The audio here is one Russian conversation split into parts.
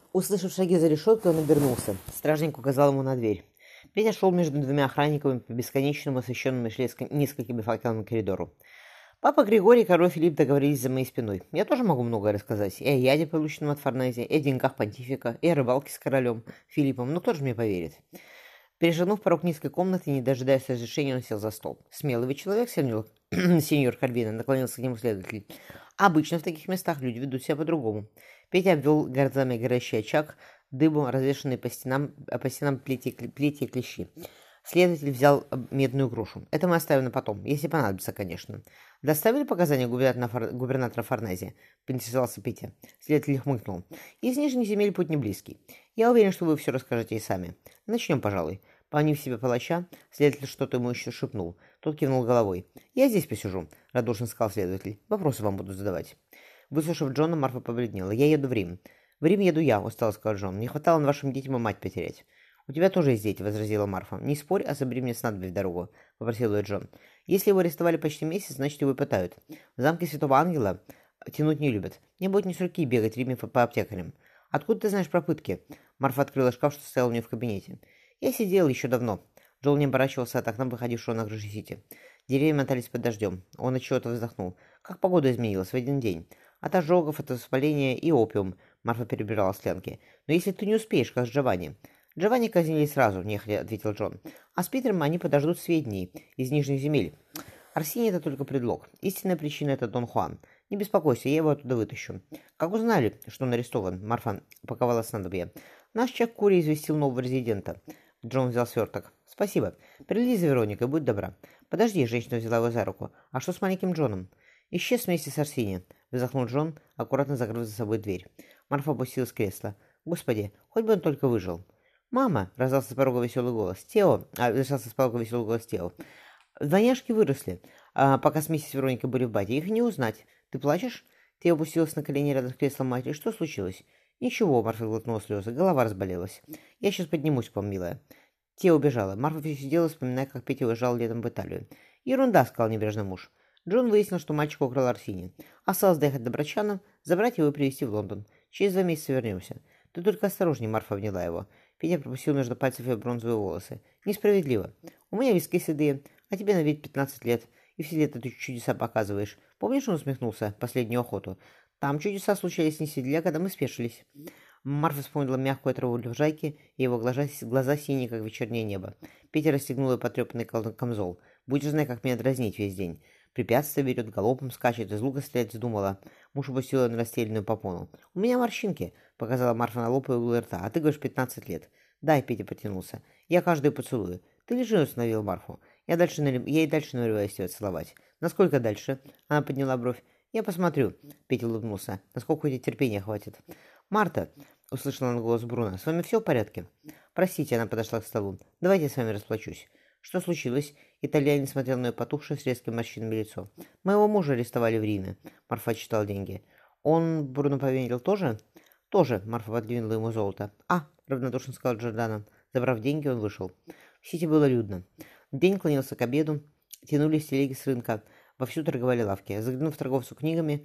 Услышав шаги за решеткой, он обернулся. Стражник указал ему на дверь. Петя шел между двумя охранниками по бесконечному освещенному несколькими факелами коридору. Папа Григорий и король Филипп договорились за моей спиной. Я тоже могу многое рассказать. И о яде, полученном от Форнезе, и о деньгах понтифика, и о рыбалке с королем Филиппом. Но кто же мне поверит? Перешагнув порог низкой комнаты, не дожидаясь разрешения, он сел за стол. «Смелый вы человек, сеньор Харвина», — наклонился к нему следователь. «Обычно в таких местах люди ведут себя по-другому». Петя обвел глазами горящий очаг, дыбом развешанные по стенам плети и клещи. Следователь взял медную грушу. «Это мы оставим на потом, если понадобится, конечно». «Доставили показания губернатора Форнезе?» — поинтересовался Петя. Следователь хмыкнул. «Из нижних земель путь не близкий. Я уверен, что вы все расскажете и сами. Начнем, пожалуй». Помнив себе палача, следователь что-то ему еще шепнул. Тот кивнул головой. «Я здесь посижу», — радушно сказал следователь. «Вопросы вам буду задавать». Выслушав Джона, Марфа побледнела. «Я еду в Рим». «В Рим еду я», — устало сказал Джон. «Не хватало вашим детям и мать потерять». «У тебя тоже есть дети», — возразила Марфа. «Не спорь, а собери мне снадобье в дорогу», — попросил ее Джон. «Если его арестовали почти месяц, значит, его пытают. В замке Святого Ангела тянуть не любят. Мне будет не с руки бегать в Риме по аптекарям». «Откуда ты знаешь про пытки?» Марфа открыла шкаф, что стоял у нее в кабинете. «Я сидел еще давно». Джон не оборачивался от окна, выходившего на крышу Сити. Деревья мотались под дождем. Он от чего-то вздохнул. Как погода изменилась в один день. От ожогов, от воспаления и опиум. Марфа перебирала склянки. «Но если ты не успеешь, как с Джованни...» «Джованни казнили сразу», — нехотя ответил Джон. «А с Питером они подождут сведений из нижних земель. Арсений — это только предлог. Истинная причина — это Дон Хуан. Не беспокойся, я его оттуда вытащу». «Как узнали, что он арестован?» Марфа паковала снадобье. «Наш Чак Кури известил нового резидента». Джон взял сверток. «Спасибо. Пригляди за Вероникой, будь добра». «Подожди», — женщина взяла его за руку. «А что с маленьким Джоном?» «Исчез вместе с Арсением», — вздохнул Джон, аккуратно закрыв за собой дверь. Марфа опустилась в кресло. «Господи, хоть бы он только выжил». «Мама!» — раздался с порога веселый голос. Раздался с порога веселый голос Тео. «Двойняшки выросли, пока с миссис Вероникой были в бате. Их не узнать. Ты плачешь?» Тео опустилась на колени рядом с креслом матери. «Что случилось?» «Ничего», — Марфа глотнула слезы. «Голова разболелась. Я сейчас поднимусь к вам, милая». Тео убежала. Марфа все сидела, вспоминая, как Петя уезжал летом в Италию. «Ерунда», — сказал небрежно муж. Джон выяснил, что мальчика украл Арсений. Осталось доехать до Брачана, забрать его и привезти в Лондон. Через 2 месяца вернемся. Ты только осторожней, Марфа обняла его. Петя пропустил между пальцев ее бронзовые волосы. Несправедливо. У меня виски седые, а тебе на вид 15 лет. И все лето ты чудеса показываешь. Помнишь, он усмехнулся последнюю охоту? Там чудеса случались не седля, когда мы спешились. Марфа вспомнила мягкую траву лужайки, и его глаза синие, как вечернее небо. Петя расстегнул ее потрепанный камзол. «Будешь знать, как меня дразнить весь день». Препятствие берет, галопом скачет, из лука стрелять вздумала. Муж опустил ее на расстеленную попону. «У меня морщинки», — показала Марфа на лоб и углы рта. «А ты говоришь 15 лет». «Дай», — Петя потянулся. «Я каждую поцелую». «Ты лежи», — установил Марфу. Я и дальше намереваюсь тебя целовать». «Насколько дальше?» Она подняла бровь. «Я посмотрю», — Петя улыбнулся. «Насколько у тебя терпения хватит?» «Марта», — услышала она голос Бруно, — «с вами все в порядке?» «Простите», — она подошла к столу. «Давайте я с вами расплачусь». «Что случилось?» Итальянин смотрел на ее потухшее с резкими морщинами лицо. «Моего мужа арестовали в Риме», — Марфа отчитал деньги. «Он, Бруно поверил, тоже?» «Тоже», — Марфа подвинула ему золото. «А», — равнодушно сказал Джордано. Забрав деньги, он вышел. В Сити было людно. День клонился к обеду, тянулись телеги с рынка, вовсю торговали лавки. Заглянув в торговцу книгами,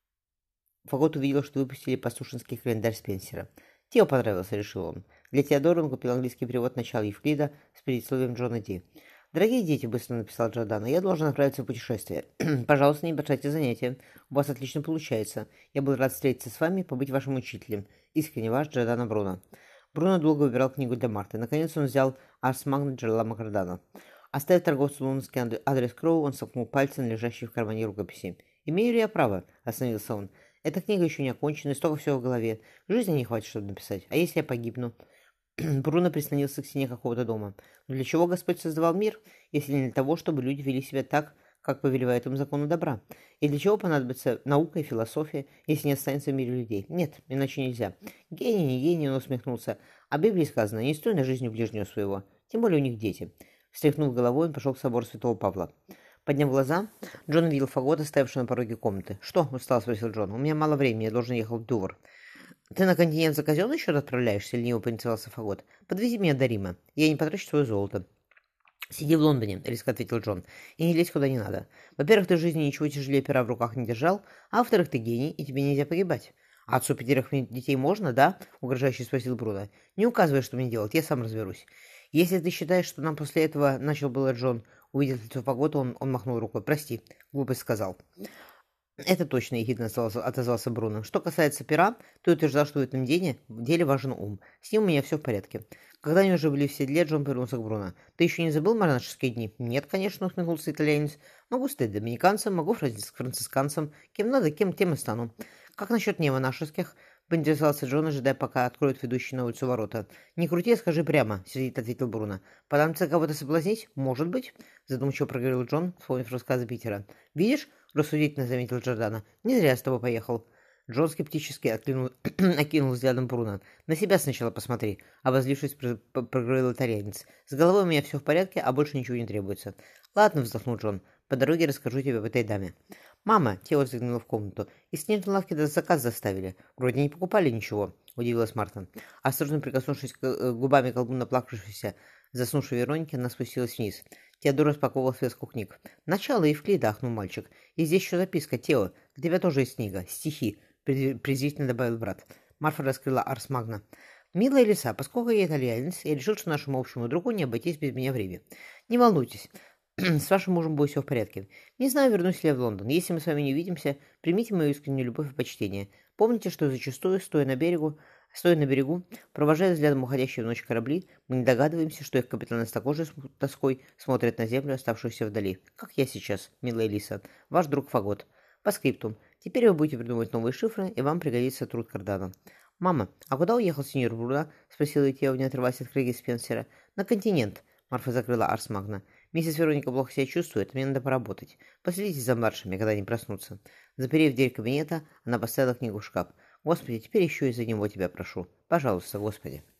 Фагот увидел, что выпустили пастушинский календарь Спенсера. «Тео понравился», — решил он. Для Теодора он купил английский перевод начала Евклида с предисловием Джона Ди. «Дорогие дети», — быстро написал Джордано, — «я должен отправиться в путешествие. Пожалуйста, не бросайте занятия. У вас отлично получается. Я был рад встретиться с вами и побыть вашим учителем. Искренне ваш Джордано Бруно». Бруно долго выбирал книгу для Марты. Наконец он взял «Арс Магна» Джералама Кардано. Оставив торговцу лондонский адрес Кроу, он сопнул пальцы на лежащей в кармане рукописи. «Имею ли я право?» — остановился он. «Эта книга еще не окончена, и столько всего в голове. Жизни не хватит, чтобы написать. А если я погибну?» Бруно прислонился к стене какого-то дома. «Но для чего Господь создавал мир, если не для того, чтобы люди вели себя так, как повелевает им закону добра? И для чего понадобится наука и философия, если не останется в мире людей? Нет, иначе нельзя. Гений, не гений», — он усмехнулся. «О Библии сказано, не стой на жизнью ближнего своего, тем более у них дети». Встряхнув головой, он пошел к собору Святого Павла. Подняв глаза, Джон видел Фагота, стоявшего на пороге комнаты. «Что?» — устало спросил Джон. «У меня мало времени, я должен ехать в Дувр». «Ты на континент за казенный счет отправляешься?» — лениво поинтересовался Фагот. «Подвези меня до Рима. Я не потрачу свое золото». «Сиди в Лондоне», — резко ответил Джон, — «и не лезь куда не надо. Во-первых, ты в жизни ничего тяжелее пера в руках не держал, а во-вторых, ты гений, и тебе нельзя погибать». «А отцу 5 детей можно, да?» — угрожающе спросил Бруно. «Не указывай, что мне делать, я сам разберусь». «Если ты считаешь, что нам после этого...» — начал было Джон. Увидев лицо Фагота, он махнул рукой. «Прости, глупость сказал». «Это точно», — ехидно отозвался Бруно. «Что касается пера, то я утверждал, что в этом деле важен ум. С ним у меня все в порядке». Когда они уже были в седле, Джон повернулся к Бруно. «Ты еще не забыл монашеские дни?» «Нет, конечно», — усмехнулся итальянец. «Могу стать доминиканцем, могу францисканцем. Кем надо, тем и стану». «Как насчет не монашеских?» — поинтересовался Джон, ожидая, пока откроют ведущие на улицу ворота. «Не крути, а скажи прямо», — сердито ответил Бруно. «Пытаться кого-то соблазнить? Может быть», — задумчиво проговорил Джон, вспомнив рассказы Питера. «Видишь?» — рассудительно заметил Джордано. «Не зря я с тобой поехал». Джон скептически окинул взглядом Бруно. «На себя сначала посмотри», — обозлившись, проговорил итальянец. «С головой у меня все в порядке, а больше ничего не требуется». «Ладно», — вздохнул Джон. «По дороге расскажу тебе об этой даме». «Мама», — Тео заглянула в комнату, — «из снежной лавки заказ заставили. Вроде не покупали ничего», — удивилась Марта. Осторожно прикоснувшись губами к колбу наплакавшейся, заснувшей Вероники, она спустилась вниз. Теодор распаковывал связку книг. «Начало Евклида», — ахнул мальчик. «И здесь еще записка, Тео. Для тебя тоже есть книга. Стихи», — презрительно добавил брат. Марфа раскрыла Арс Магна. «Милая лиса, поскольку я итальянец, я решил, что нашему общему другу не обойтись без меня в Риме. Не волнуйтесь, с вашим мужем будет все в порядке. Не знаю, вернусь ли я в Лондон. Если мы с вами не увидимся, примите мою искреннюю любовь и почтение. Помните, что зачастую, стоя на берегу, провожая взглядом уходящие в ночь корабли, мы не догадываемся, что их капитаны с такой же тоской смотрят на землю, оставшуюся вдали. Как я сейчас, милая Лиса, ваш друг Фагот. По скриптум. Теперь вы будете придумывать новые шифры, и вам пригодится труд Кардана». «Мама, а куда уехал сеньор Бруно?» — спросила Тео, не отрываясь от книги Спенсера. «На континент». Марфа закрыла Арс Магна. «Миссис Вероника плохо себя чувствует, мне надо поработать. Последите за младшими, когда они проснутся». Заперев дверь кабинета, она поставила книгу в шкаф. «Господи, теперь еще и за него тебя прошу. Пожалуйста, Господи».